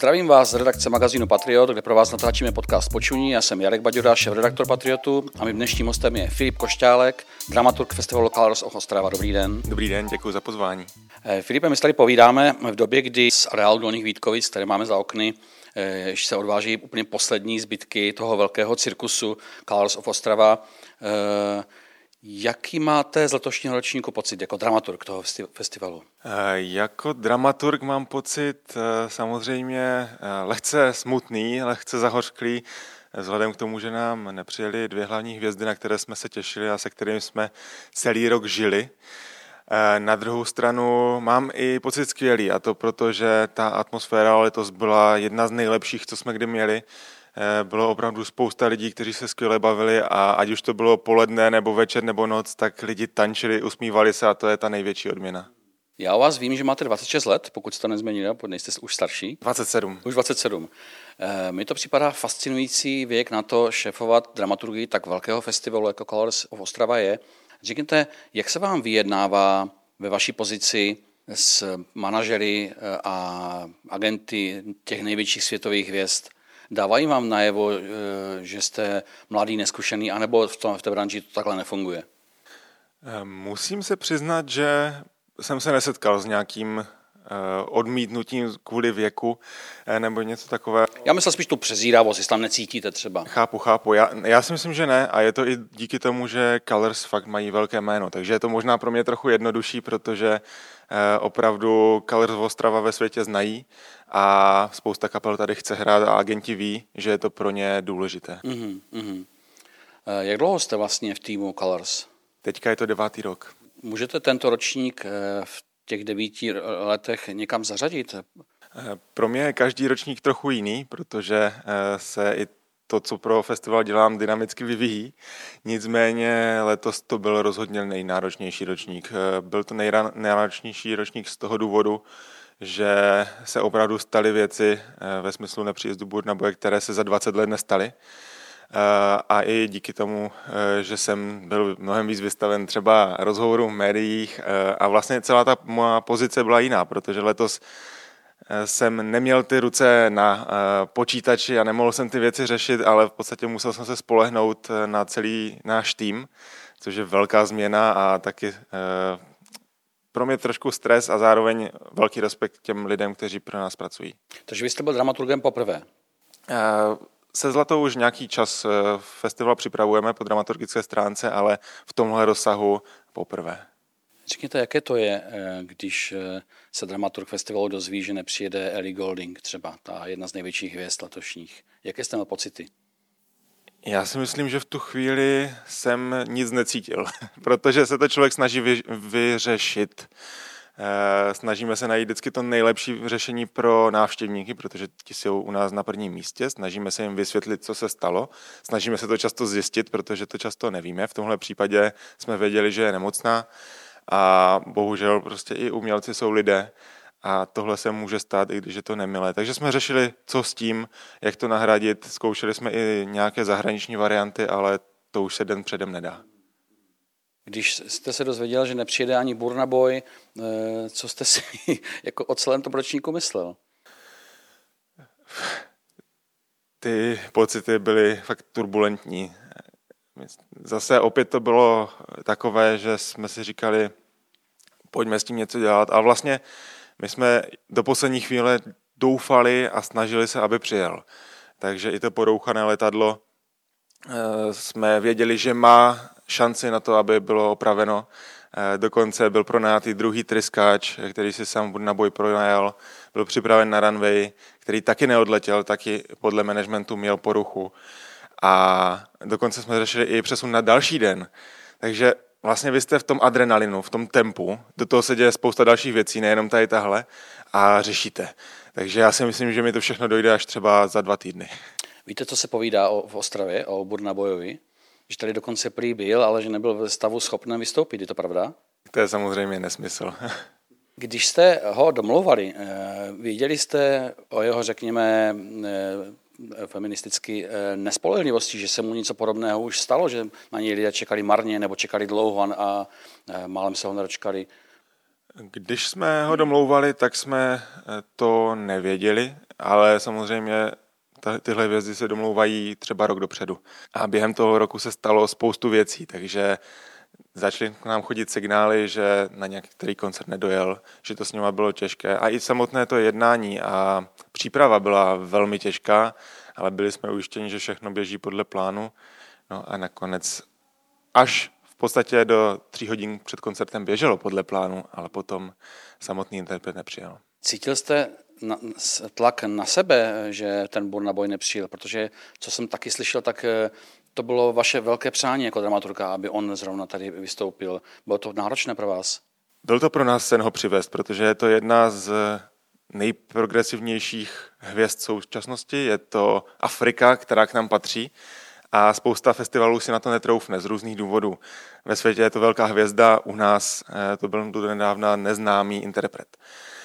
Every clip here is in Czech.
Zdravím vás z redakce magazínu Patriot, kde pro vás natáčíme podcast Počuní. Já jsem Jarek Baďura, šéfredaktor Patriotu a mým dnešním hostem je Filip Košťálek, dramaturg festivalu Colors of Ostrava. Dobrý den. Dobrý den, děkuji za pozvání. Filipe, my se tady povídáme v době, kdy z areálu Dolních Vítkovic, které máme za okny, se odváží úplně poslední zbytky toho velkého cirkusu Colors of Ostrava. Jaký máte z letošního ročníku pocit jako dramaturg toho festivalu? Jako dramaturg mám pocit samozřejmě lehce smutný, lehce zahořklý, vzhledem k tomu, že nám nepřijeli dvě hlavní hvězdy, na které jsme se těšili a se kterými jsme celý rok žili. Na druhou stranu mám i pocit skvělý, a to proto, že ta atmosféra letos byla jedna z nejlepších, co jsme kdy měli. Bylo opravdu spousta lidí, kteří se skvěle bavili, a ať už to bylo poledne nebo večer nebo noc, tak lidi tančili, usmívali se, a to je ta největší odměna. Já o vás vím, že máte 26 let, pokud jste to nezměnili, nejste už starší. 27. Už 27. Mně to připadá fascinující věk na to šéfovat dramaturgii tak velkého festivalu, jako Colors of Ostrava je. Řekněte, jak se vám vyjednává ve vaší pozici s manažery a agenty těch největších světových hvězd? Dávají vám najevo, že jste mladý, neskušený, anebo v té branži to takhle nefunguje? Musím se přiznat, že jsem se nesetkal s nějakým odmítnutím kvůli věku nebo něco takového. Já myslel spíš tu přezíravost, jestli tam necítíte třeba. Chápu. Já si myslím, že ne, a je to i díky tomu, že Colors fakt mají velké jméno, takže je to možná pro mě trochu jednodušší, protože opravdu Colors of Ostrava ve světě znají a spousta kapel tady chce hrát a agenti ví, že je to pro ně důležité. Jak dlouho jste vlastně v týmu Colors? Teďka je to 9. rok. Můžete tento ročník v těch 9 letech někam zařadit? Pro mě je každý ročník trochu jiný, protože se i to, co pro festival dělám, dynamicky vyvíjí. Nicméně letos to byl rozhodně nejnáročnější ročník. Byl to nejnáročnější ročník z toho důvodu, že se opravdu staly věci ve smyslu nepříjezdu Burna Boye, které se za 20 let nestaly. A i díky tomu, že jsem byl mnohem víc vystaven třeba rozhovorům v médiích, a vlastně celá ta moja pozice byla jiná, protože letos jsem neměl ty ruce na počítači a nemohl jsem ty věci řešit, ale v podstatě musel jsem se spolehnout na celý náš tým, což je velká změna a taky pro mě trošku stres a zároveň velký respekt těm lidem, kteří pro nás pracují. Takže vy jste byl dramaturgem poprvé? Se Zlatou už nějaký čas festival připravujeme po dramaturgické stránce, ale v tomhle rozsahu poprvé. Řekněte, jaké to je, když se dramaturg festivalu dozví, že nepřijede Ellie Goulding třeba, ta jedna z největších hvězd letošních. Jaké jste měl pocity? Já si myslím, že v tu chvíli jsem nic necítil, protože se to člověk snaží vyřešit. Snažíme se najít vždycky to nejlepší řešení pro návštěvníky, protože ti jsou u nás na prvním místě. Snažíme se jim vysvětlit, co se stalo. Snažíme se to často zjistit, protože to často nevíme. V tomhle případě jsme věděli, že je nemocná, a bohužel prostě i umělci jsou lidé a tohle se může stát, i když je to nemilé. Takže jsme řešili, co s tím, jak to nahradit. Zkoušeli jsme i nějaké zahraniční varianty, ale to už se den předem nedá. Když jste se dozvěděl, že nepřijede ani Burna Boye, co jste si jako o celém tom ročníku myslel? Ty pocity byly fakt turbulentní. Zase opět to bylo takové, že jsme si říkali, pojďme s tím něco dělat. A vlastně my jsme do poslední chvíle doufali a snažili se, aby přijel. Takže i to porouchané letadlo jsme věděli, že má šanci na to, aby bylo opraveno. Dokonce byl pronajatý druhý tryskáč, který si sám Burna Boye pronajal. Byl připraven na runway, který taky neodletěl, taky podle managementu měl poruchu. A dokonce jsme řešili i přesun na další den. Takže vlastně vy jste v tom adrenalinu, v tom tempu, do toho se děje spousta dalších věcí, nejenom tady tahle, a řešíte. Takže já si myslím, že mi to všechno dojde až třeba za 2 týdny. Víte, co se povídá v Ostravě, o Burna Boyovi? Že tady dokonce prý byl, ale že nebyl ve stavu schopný vystoupit, je to pravda? To je samozřejmě nesmysl. Když jste ho domlouvali, věděli jste o jeho, řekněme, feministicky nespolehlivosti, že se mu něco podobného už stalo, že na něj lidé čekali marně nebo čekali dlouho a málem se ho nedočkali? Když jsme ho domlouvali, tak jsme to nevěděli ale samozřejmě tyhle hvězdy se domlouvají třeba rok dopředu. A během toho roku se stalo spoustu věcí, takže začaly k nám chodit signály, že na některý koncert nedojel, že to s nima bylo těžké. A i samotné to jednání a příprava byla velmi těžká, ale byli jsme ujištěni, že všechno běží podle plánu. No a nakonec až v podstatě do 3 hodin před koncertem běželo podle plánu, ale potom samotný interpret nepřijel. Cítil jste tlak na sebe, že ten Burna Boy nepřijel? Protože, co jsem taky slyšel, tak to bylo vaše velké přání jako dramaturga, aby on zrovna tady vystoupil. Bylo to náročné pro vás? Byl to pro nás sen ho přivést, protože je to jedna z nejprogresivnějších hvězd současnosti. Je to Afrika, která k nám patří a spousta festivalů si na to netroufne z různých důvodů. Ve světě je to velká hvězda, u nás to byl donedávna neznámý interpret.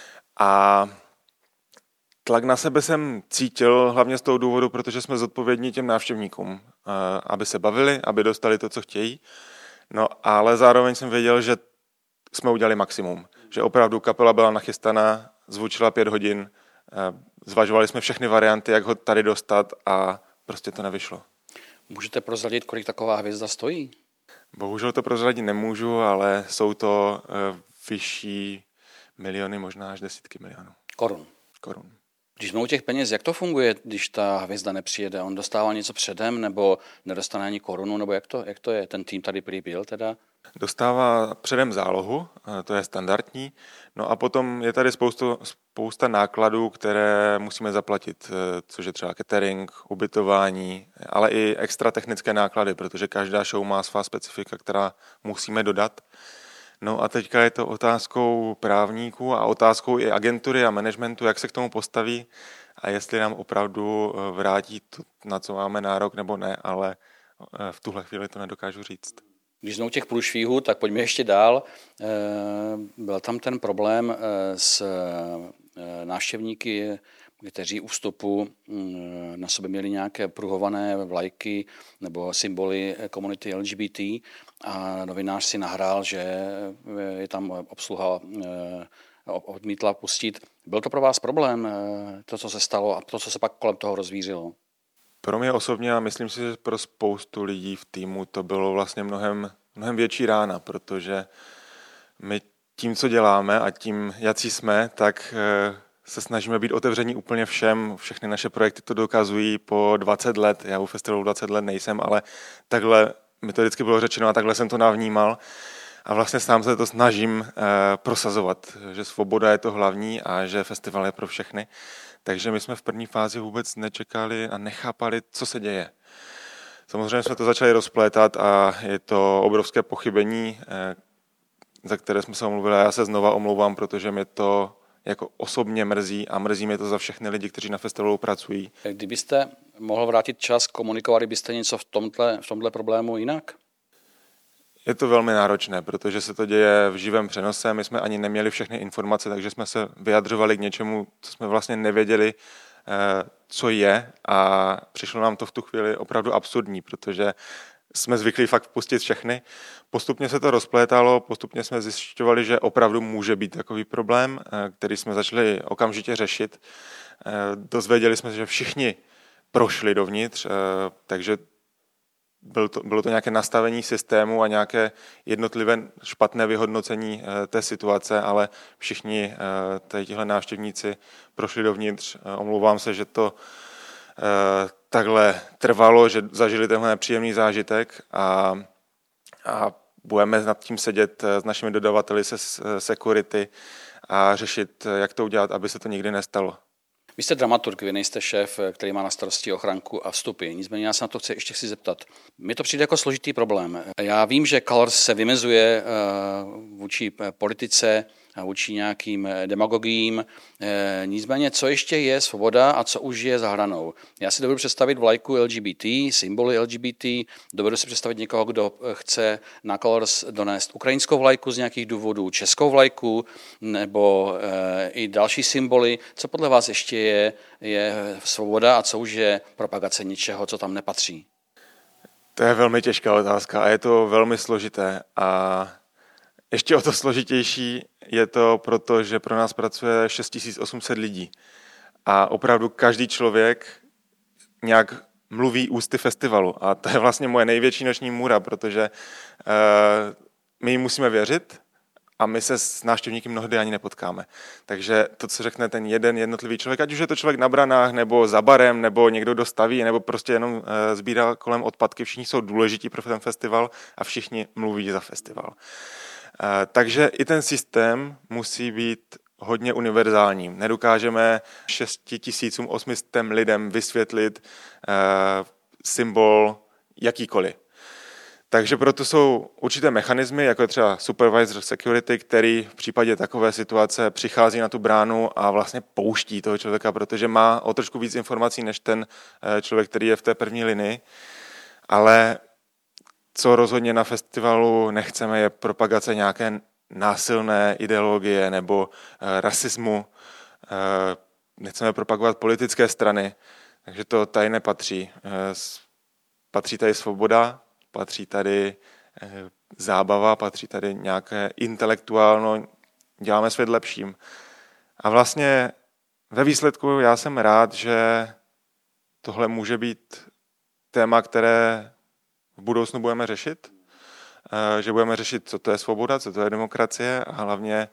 A tlak na sebe jsem cítil hlavně z toho důvodu, protože jsme zodpovědní těm návštěvníkům, aby se bavili, aby dostali to, co chtějí. No ale zároveň jsem věděl, že jsme udělali maximum. Že opravdu kapela byla nachystaná, zvučila 5 hodin, zvažovali jsme všechny varianty, jak ho tady dostat a prostě to nevyšlo. Můžete prozradit, kolik taková hvězda stojí? Bohužel to prozradit nemůžu, ale jsou to vyšší miliony, možná až desítky milionů. Korun. Když jsme u těch peněz, jak to funguje, když ta hvězda nepřijede? On dostává něco předem, nebo nedostane ani korunu, nebo jak to je? Ten tým tady prý byl teda? Dostává předem zálohu, to je standardní, no a potom je tady spousta nákladů, které musíme zaplatit, což je třeba catering, ubytování, ale i extra technické náklady, protože každá show má svá specifika, která musíme dodat. No a teďka je to otázkou právníků a otázkou i agentury a managementu, jak se k tomu postaví a jestli nám opravdu vrátí to, na co máme nárok nebo ne, ale v tuhle chvíli to nedokážu říct. Když jsme u těch průšvihů, tak pojďme ještě dál. Byl tam ten problém s návštěvníky, kteří u vstupu na sobě měli nějaké pruhované vlajky nebo symboly komunity LGBT a novinář si nahrál, že je tam obsluha odmítla pustit. Byl to pro vás problém, to, co se stalo a to, co se pak kolem toho rozvířilo? Pro mě osobně a myslím si, že pro spoustu lidí v týmu to bylo vlastně mnohem větší rána, protože my tím, co děláme a tím, jací jsme, tak se snažíme být otevření úplně všem. Všechny naše projekty to dokazují po 20 let. Já u festivalu 20 let nejsem, ale takhle mi to vždycky bylo řečeno a takhle jsem to navnímal. A vlastně sám se to snažím prosazovat, že svoboda je to hlavní a že festival je pro všechny. Takže my jsme v první fázi vůbec nečekali a nechápali, co se děje. Samozřejmě jsme to začali rozplétat a je to obrovské pochybení, za které jsme se omluvili. Já se znova omlouvám, protože mě to jako osobně mrzí a mrzí mě to za všechny lidi, kteří na festivalu pracují. Kdybyste mohl vrátit čas, komunikovali byste něco v tomhle problému jinak? Je to velmi náročné, protože se to děje v živém přenose. My jsme ani neměli všechny informace, takže jsme se vyjadřovali k něčemu, co jsme vlastně nevěděli, co je, a přišlo nám to v tu chvíli opravdu absurdní, protože jsme zvyklí fakt pustit všechny. Postupně se to rozplétalo, postupně jsme zjišťovali, že opravdu může být takový problém, který jsme začali okamžitě řešit. Dozvěděli jsme se, že všichni prošli dovnitř, takže bylo to nějaké nastavení systému a nějaké jednotlivé špatné vyhodnocení té situace, ale všichni tihle návštěvníci prošli dovnitř. Omlouvám se, že to takhle trvalo, že zažili tenhle nepříjemný zážitek a budeme nad tím sedět s našimi dodavateli se security a řešit, jak to udělat, aby se to nikdy nestalo. Vy jste dramaturg, vy nejste šéf, který má na starosti ochranku a vstupy. Nicméně já se na to ještě chci zeptat. Mně to přijde jako složitý problém. Já vím, že Colors se vymezuje vůči politice, vůči nějakým demagogiím. Nicméně, co ještě je svoboda a co už je za hranou. Já si dovedu představit vlajku LGBT, symboly LGBT, dovedu si představit někoho, kdo chce na Colors donést ukrajinskou vlajku z nějakých důvodů, českou vlajku nebo i další symboly. Co podle vás ještě je svoboda a co už je propagace něčeho, co tam nepatří? To je velmi těžká otázka a je to velmi složité. A ještě o to složitější je to proto, že pro nás pracuje 6800 lidí. a opravdu každý člověk nějak mluví ústy festivalu. A to je vlastně moje největší noční můra, protože my jim musíme věřit a my se s návštěvníky mnohdy ani nepotkáme. Takže to, co řekne ten jeden jednotlivý člověk, ať už je to člověk na branách, nebo za barem, nebo někdo dostaví, nebo prostě jenom sbírá kolem odpadky, všichni jsou důležití pro ten festival a všichni mluví za festival. Takže i ten systém musí být hodně univerzálním. Nedokážeme 6800 lidem vysvětlit symbol jakýkoliv. Takže proto jsou určité mechanismy, jako je třeba supervisor security, který v případě takové situace přichází na tu bránu a vlastně pouští toho člověka, protože má o trošku víc informací než ten člověk, který je v té první linii. Ale co rozhodně na festivalu nechceme, je propagace nějaké násilné ideologie nebo rasismu. Nechceme propagovat politické strany, takže to tady nepatří. Patří tady svoboda, patří tady zábava, patří tady nějaké intelektuálno, děláme svět lepším. A vlastně ve výsledku já jsem rád, že tohle může být téma, které v budoucnu budeme řešit, že budeme řešit, co to je svoboda, co to je demokracie a hlavně,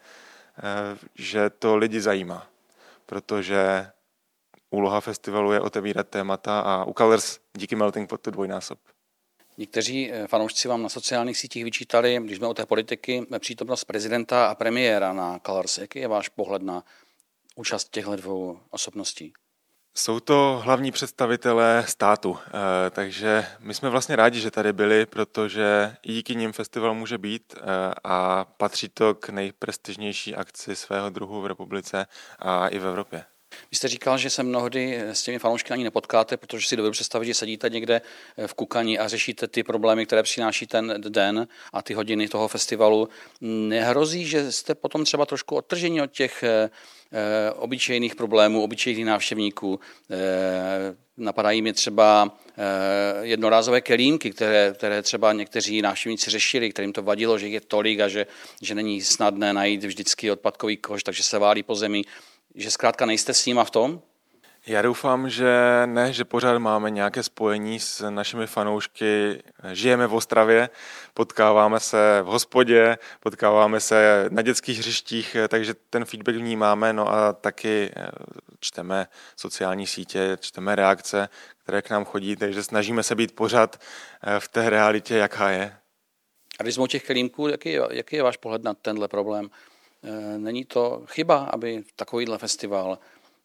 že to lidi zajímá, protože úloha festivalu je otevírat témata a u Colors díky Melting Potu dvojnásob. Někteří fanoušci vám na sociálních sítích vyčítali, když jsme o té politiky, přítomnost prezidenta a premiéra na Colors. Jaký je váš pohled na účast těchto dvou osobností? Jsou to hlavní představitelé státu, takže my jsme vlastně rádi, že tady byli, protože i díky nim festival může být a patří to k nejprestižnější akci svého druhu v republice a i v Evropě. Vy jste říkal, že se mnohdy s těmi fanoušky ani nepotkáte, protože si dovedu představit, že sedíte někde v Kukani a řešíte ty problémy, které přináší ten den a ty hodiny toho festivalu. Nehrozí, že jste potom třeba trošku odtrženi od těch obyčejných problémů, obyčejných návštěvníků? Napadají mi třeba jednorázové kelímky, které třeba někteří návštěvníci řešili, kterým to vadilo, že jich je tolik a že není snadné najít vždycky odpadkový koš, takže se válí po zemi. Že zkrátka nejste s nima v tom? Já doufám, že ne, že pořád máme nějaké spojení s našimi fanoušky. Žijeme v Ostravě, potkáváme se v hospodě, potkáváme se na dětských hřištích, takže ten feedback vnímáme, no a taky čteme sociální sítě, čteme reakce, které k nám chodí, takže snažíme se být pořád v té realitě, jaká je. A když jsme u těch kelímků, jaký je váš pohled na tenhle problém? Není to chyba, aby takovýhle festival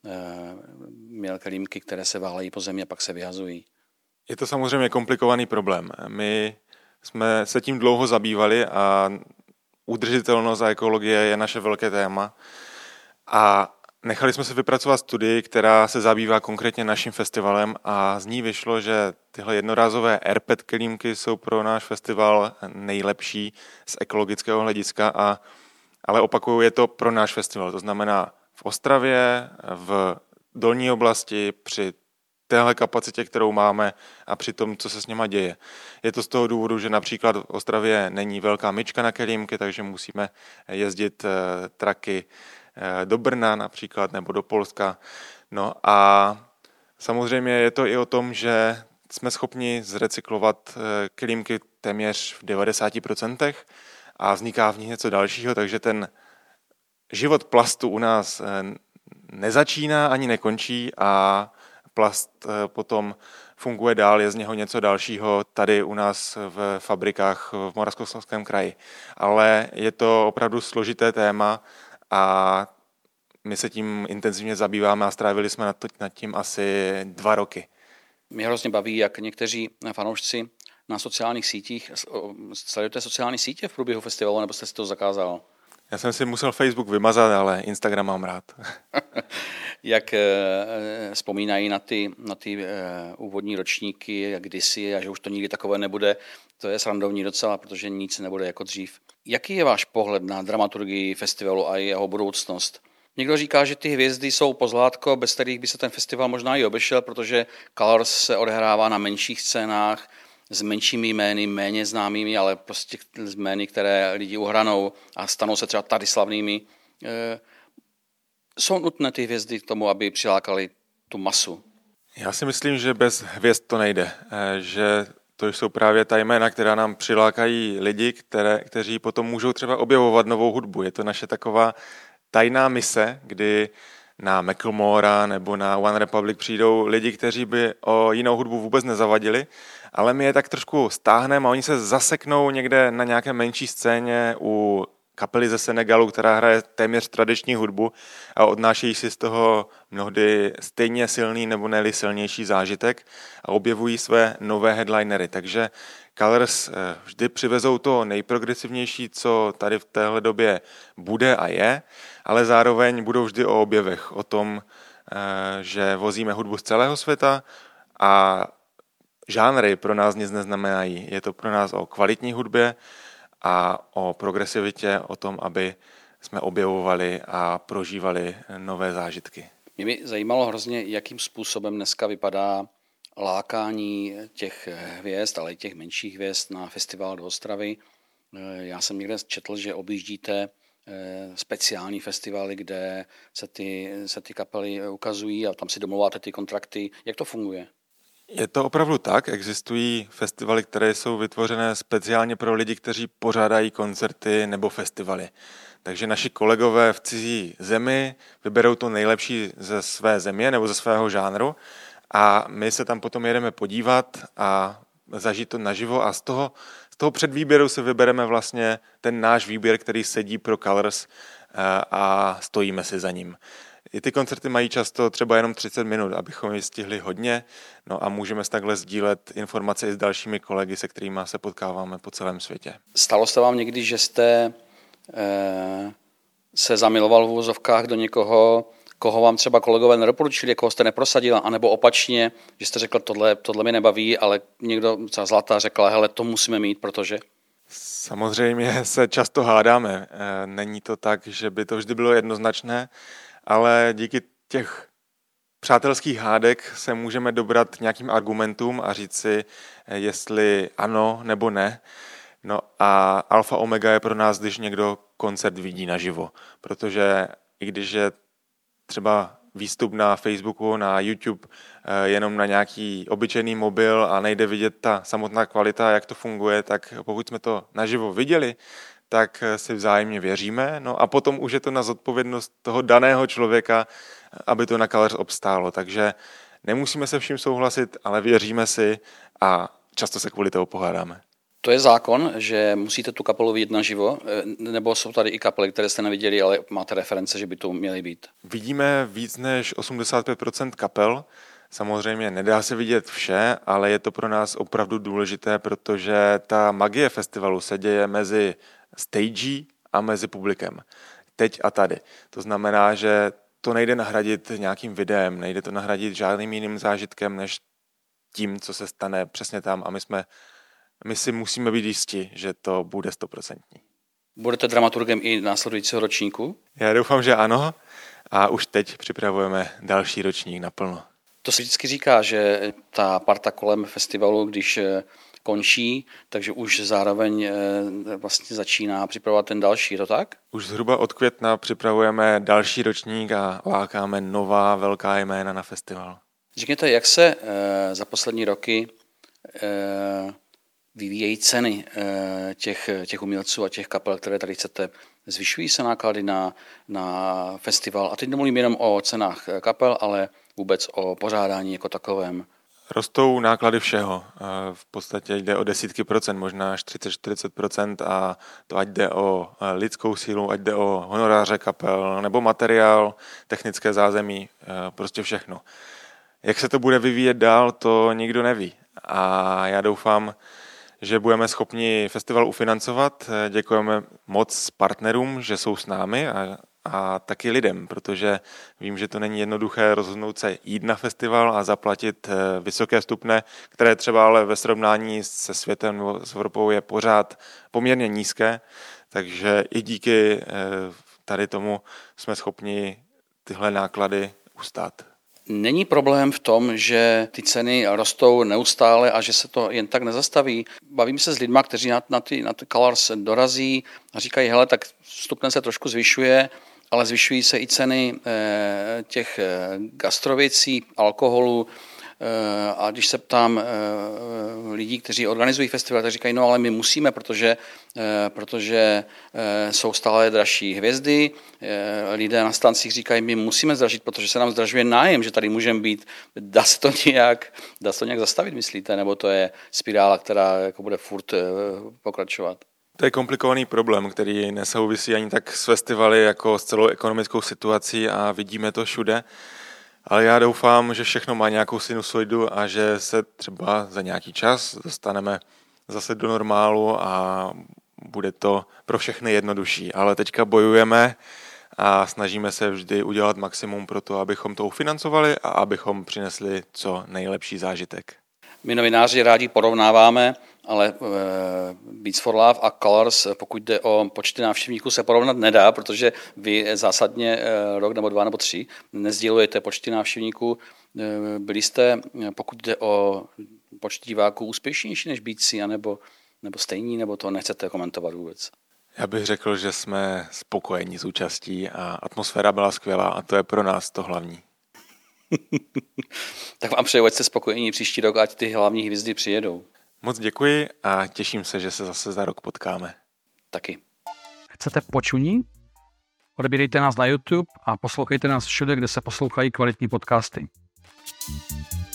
měl kelímky, které se válejí po zemi a pak se vyhazují? Je to samozřejmě komplikovaný problém. My jsme se tím dlouho zabývali a udržitelnost a ekologie je naše velké téma. A nechali jsme se vypracovat studii, která se zabývá konkrétně naším festivalem a z ní vyšlo, že tyhle jednorázové AirPet kelímky jsou pro náš festival nejlepší z ekologického hlediska, ale opakuju, je to pro náš festival. To znamená v Ostravě, v dolní oblasti, při téhle kapacitě, kterou máme a při tom, co se s něma děje. Je to z toho důvodu, že například v Ostravě není velká myčka na kelímky, takže musíme jezdit traky do Brna například nebo do Polska. No a samozřejmě je to i o tom, že jsme schopni zrecyklovat kelímky téměř v 90% a vzniká v nich něco dalšího, takže ten život plastu u nás nezačíná ani nekončí a plast potom funguje dál, je z něho něco dalšího tady u nás v fabrikách v Moravskoslezském kraji. Ale je to opravdu složité téma a my se tím intenzivně zabýváme a strávili jsme nad tím asi 2 roky. Mě hrozně baví, jak někteří fanoušci na sociálních sítích, sledujete sociální sítě v průběhu festivalu, nebo jste si to zakázal? Já jsem si musel Facebook vymazat, ale Instagram mám rád. Jak vzpomínají na ty úvodní ročníky, jak kdysi, a že už to nikdy takové nebude, to je srandovní docela, protože nic nebude jako dřív. Jaký je váš pohled na dramaturgii festivalu a jeho budoucnost? Někdo říká, že ty hvězdy jsou pozlátko, bez kterých by se ten festival možná i obešel, protože Colors se odehrává na menších scénách, s menšími jmény, méně známými, ale prostě s jmény, které lidi uhranou a stanou se třeba tady slavnými. jsou nutné ty hvězdy k tomu, aby přilákali tu masu? Já si myslím, že bez hvězd to nejde, že to jsou právě ta jména, která nám přilákají lidi, kteří potom můžou třeba objevovat novou hudbu. Je to naše taková tajná mise, kdy na Macklemora nebo na One Republic přijdou lidi, kteří by o jinou hudbu vůbec nezavadili, ale my je tak trošku stáhneme a oni se zaseknou někde na nějaké menší scéně u kapely ze Senegalu, která hraje téměř tradiční hudbu a odnášejí si z toho mnohdy stejně silný nebo ne-li silnější zážitek a objevují své nové headlinery. Takže Colors vždy přivezou to nejprogresivnější, co tady v téhle době bude a je, ale zároveň budou vždy o objevech, o tom, že vozíme hudbu z celého světa a žánry pro nás nic neznamenají. Je to pro nás o kvalitní hudbě a o progresivitě, o tom, aby jsme objevovali a prožívali nové zážitky. Mě by zajímalo hrozně, jakým způsobem dneska vypadá lákání těch hvězd, ale i těch menších hvězd na festival do Ostravy. Já jsem někde četl, že objíždíte speciální festivaly, kde se ty kapely ukazují a tam si domlouváte ty kontrakty. Jak to funguje? Je to opravdu tak. Existují festivaly, které jsou vytvořené speciálně pro lidi, kteří pořádají koncerty nebo festivaly. Takže naši kolegové v cizí zemi vyberou to nejlepší ze své země nebo ze svého žánru a my se tam potom jedeme podívat a zažít to naživo a z toho předvýběru si vybereme vlastně ten náš výběr, který sedí pro Colors a stojíme si za ním. I ty koncerty mají často třeba jenom 30 minut, abychom je stihli hodně, no a můžeme takhle sdílet informace i s dalšími kolegy, se kterými se potkáváme po celém světě. Stalo se vám někdy, že jste se zamiloval v uvozovkách do někoho, koho vám třeba kolegové nedoporučili, koho jste neprosadil, anebo opačně, že jste řekl, tohle mě nebaví, ale někdo třeba Zlata řekla, hele, to musíme mít, protože... Samozřejmě se často hádáme. Není to tak, že by to vždy bylo jednoznačné, ale díky těch přátelských hádek se můžeme dobrat k nějakým argumentům a říct si, jestli ano nebo ne. No a alfa omega je pro nás, když někdo koncert vidí naživo, protože i když je třeba výstup na Facebooku, na YouTube, jenom na nějaký obyčejný mobil a nejde vidět ta samotná kvalita, jak to funguje, tak pokud jsme to naživo viděli, tak si vzájemně věříme. No a potom už je to na zodpovědnost toho daného člověka, aby to na Colors obstálo. Takže nemusíme se vším souhlasit, ale věříme si a často se kvůli toho pohádáme. To je zákon, že musíte tu kapelu vidět naživo, nebo jsou tady i kapely, které jste neviděli, ale máte reference, že by to měly být? Vidíme víc než 85% kapel. Samozřejmě nedá se vidět vše, ale je to pro nás opravdu důležité, protože ta magie festivalu se děje mezi stage a mezi publikem. Teď a tady. To znamená, že to nejde nahradit nějakým videem, nejde to nahradit žádným jiným zážitkem, než tím, co se stane přesně tam. A my si musíme být jistí, že to bude 100%. Budete dramaturgem i následujícího ročníku? Já doufám, že ano. A už teď připravujeme další ročník naplno. To se vždycky říká, že ta parta kolem festivalu, když končí, takže už zároveň vlastně začíná připravovat ten další, je to tak? Už zhruba od května připravujeme další ročník a lákáme nová velká jména na festival. Řekněte, jak se za poslední roky vyvíjejí ceny těch umělců a těch kapel, které tady chcete? Zvyšují se náklady na festival? A teď nemluvím jenom o cenách kapel, ale vůbec o pořádání jako takovém. Rostou náklady všeho. V podstatě jde o desítky procent, možná až 30-40%, a to ať jde o lidskou sílu, ať jde o honoráře kapel, nebo materiál, technické zázemí, prostě všechno. Jak se to bude vyvíjet dál, to nikdo neví. A já doufám, že budeme schopni festival ufinancovat. Děkujeme moc partnerům, že jsou s námi a taky lidem, protože vím, že to není jednoduché rozhodnout se jít na festival a zaplatit vysoké vstupné, které třeba ale ve srovnání se světem nebo s Evropou je pořád poměrně nízké, takže i díky tady tomu jsme schopni tyhle náklady ustát. Není problém v tom, že ty ceny rostou neustále a že se to jen tak nezastaví. Bavím se s lidma, kteří na ty Colors dorazí a říkají, hele, tak vstupné se trošku zvyšuje, ale zvyšují se i ceny těch gastrověcí, alkoholu. A když se ptám lidí, kteří organizují festival, tak říkají, no ale my musíme, protože jsou stále dražší hvězdy. Lidé na stancích říkají, my musíme zdražit, protože se nám zdražuje nájem, že tady můžeme být. Dá se to nějak zastavit, myslíte? Nebo to je spirála, která jako bude furt pokračovat? To je komplikovaný problém, který nesouvisí ani tak s festivaly jako s celou ekonomickou situací a vidíme to všude. Ale já doufám, že všechno má nějakou sinusoidu a že se třeba za nějaký čas dostaneme zase do normálu a bude to pro všechny jednodušší. Ale teďka bojujeme a snažíme se vždy udělat maximum pro to, abychom to ufinancovali a abychom přinesli co nejlepší zážitek. My novináři rádi porovnáváme, ale Beats for Love a Colors, pokud jde o počty návštěvníků, se porovnat nedá, protože vy zásadně rok nebo 2 nebo 3 nesdílujete počty návštěvníků. Byli jste, pokud jde o počty diváků, úspěšnější než Beatsi, nebo stejní, nebo to nechcete komentovat vůbec? Já bych řekl, že jsme spokojení s účastí a atmosféra byla skvělá a to je pro nás to hlavní. Tak vám přeju, ať jste spokojení příští rok, ať ty hlavní hvězdy přijedou. Moc děkuji a těším se, že se zase za rok potkáme. Taky. Chcete počuní? Odebírejte nás na YouTube a poslouchejte nás všude, kde se poslouchají kvalitní podcasty.